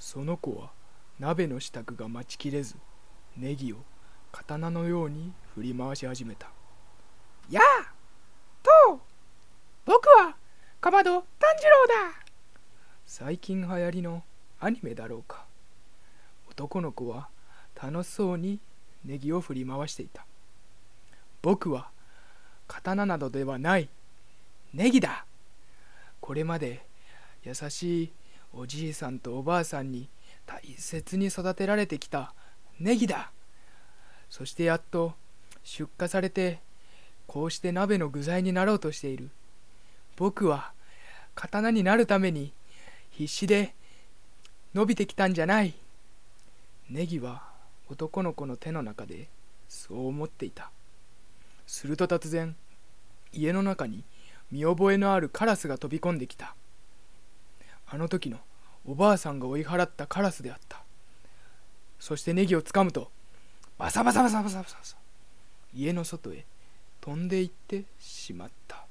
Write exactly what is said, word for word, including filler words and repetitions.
その子は鍋の支度が待ちきれず、ネギを刀のように振り回し始めた。 やあとう、僕はかまど炭治郎だ。 最近流行りのアニメだろうか。男の子は楽しそうにネギを振り回していた。僕は刀などではない、ネギだ。これまで優しいおじいさんとおばあさんに大切に育てられてきたネギだ。そしてやっと出荷されて、こうして鍋の具材になろうとしている。僕は刀になるために必死で伸びてきたんじゃない。ネギは男の子の手の中でそう思っていた。すると突然、家の中に見覚えのあるカラスが飛び込んできた。あの時のおばあさんが追い払ったカラスであった。そしてネギをつかむと、バサバサバサバサバサ、家の外へ飛んでいってしまった。